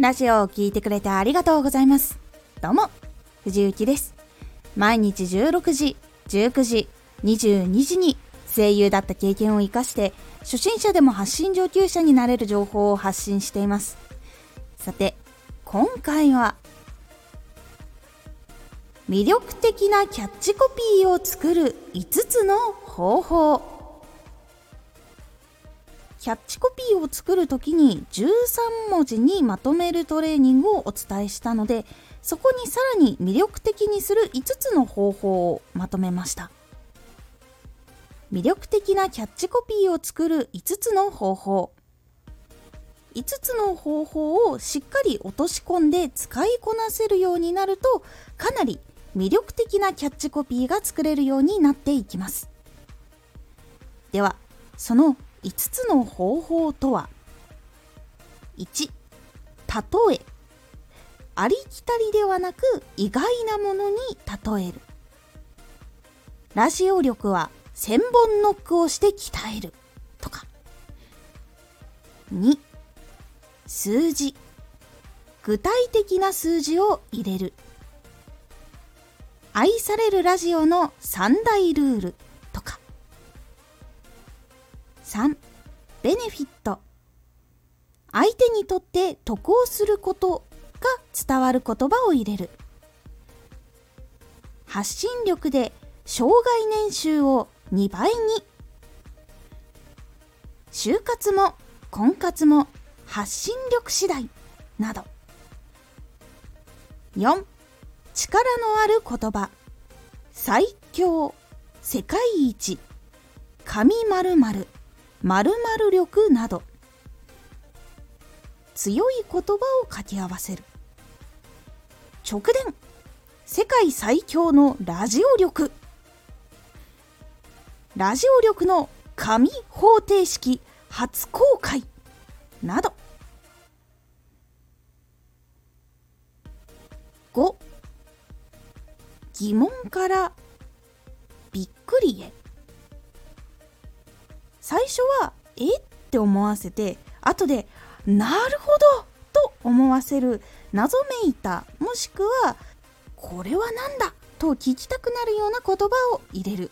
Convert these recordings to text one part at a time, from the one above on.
ラジオを聞いてくれてありがとうございます。どうも、藤幸です。毎日16時、19時、22時に声優だった経験を生かして初心者でも発信上級者になれる情報を発信しています。さて、今回は魅力的なキャッチコピーを作る5つの方法。キャッチコピーを作るときに13文字にまとめるトレーニングをお伝えしたので、そこにさらに魅力的にする5つの方法をまとめました。魅力的なキャッチコピーを作る5つの方法。5つの方法をしっかり落とし込んで使いこなせるようになると、かなり魅力的なキャッチコピーが作れるようになっていきます。では、その5つの方法とは。1、例え。ありきたりではなく意外なものに例える。ラジオ力は1000本ノックをして鍛えるとか。2、数字。具体的な数字を入れる。愛されるラジオの3大ルールとか。3、ベネフィット。相手にとって得をすることが伝わる言葉を入れる。発信力で生涯年収を2倍に。就活も婚活も発信力次第など。4、力のある言葉。最強、世界一、神〇〇、〇〇力など。強い言葉を掛け合わせる。直伝、世界最強のラジオ力。ラジオ力の神方程式初公開など。5、疑問からびっくりへ。最初はって思わせて、後でなるほどと思わせる謎めいた、もしくはこれはなんだと聞きたくなるような言葉を入れる。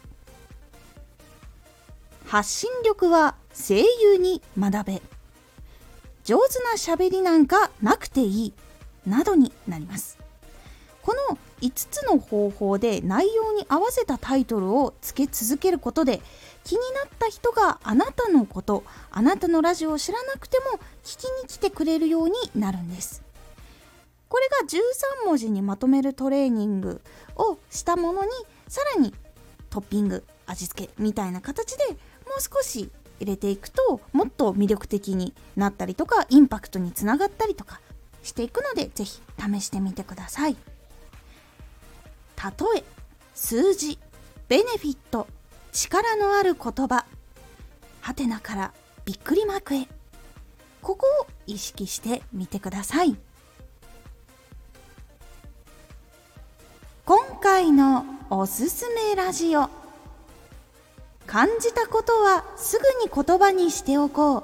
発信力は声優に学べ。上手な喋りなんかなくていいなどになります。この5つの方法で内容に合わせたタイトルを付け続けることで、気になった人があなたのこと、あなたのラジオを知らなくても聞きに来てくれるようになるんです。これが13文字にまとめるトレーニングをしたものに、さらにトッピング、味付けみたいな形でもう少し入れていくと、もっと魅力的になったりとか、インパクトにつながったりとかしていくので、ぜひ試してみてください。例え、数字、ベネフィット、力のある言葉、ハテナからびっくりマークへ。ここを意識してみてください。今回のおすすめラジオ。感じたことはすぐに言葉にしておこう。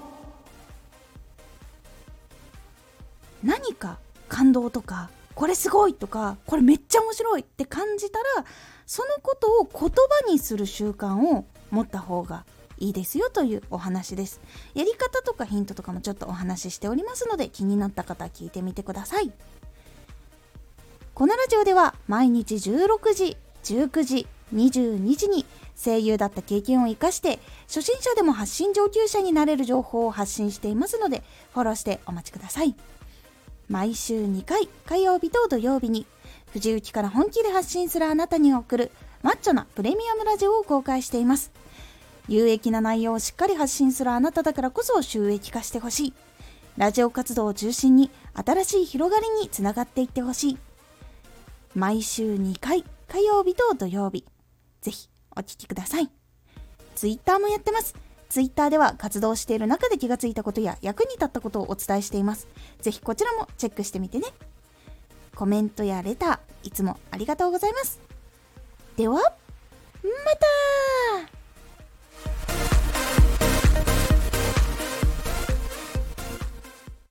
何か感動とか、これすごいとか、これめっちゃ面白いって感じたら、そのことを言葉にする習慣を持った方がいいですよというお話です。やり方とかヒントとかもちょっとお話ししておりますので、気になった方は聞いてみてください。このラジオでは毎日16時、19時、22時に声優だった経験を生かして初心者でも発信上級者になれる情報を発信していますので、フォローしてお待ちください。毎週2回、火曜日と土曜日に藤雪から本気で発信するあなたに送るマッチョなプレミアムラジオを公開しています。有益な内容をしっかり発信するあなただからこそ収益化してほしい。ラジオ活動を中心に新しい広がりにつながっていってほしい。毎週2回、火曜日と土曜日、ぜひお聞きください。ツイッターもやってます。ツイッターでは活動している中で気がついたことや役に立ったことをお伝えしています。ぜひこちらもチェックしてみてね。コメントやレター、いつもありがとうございます。では、また。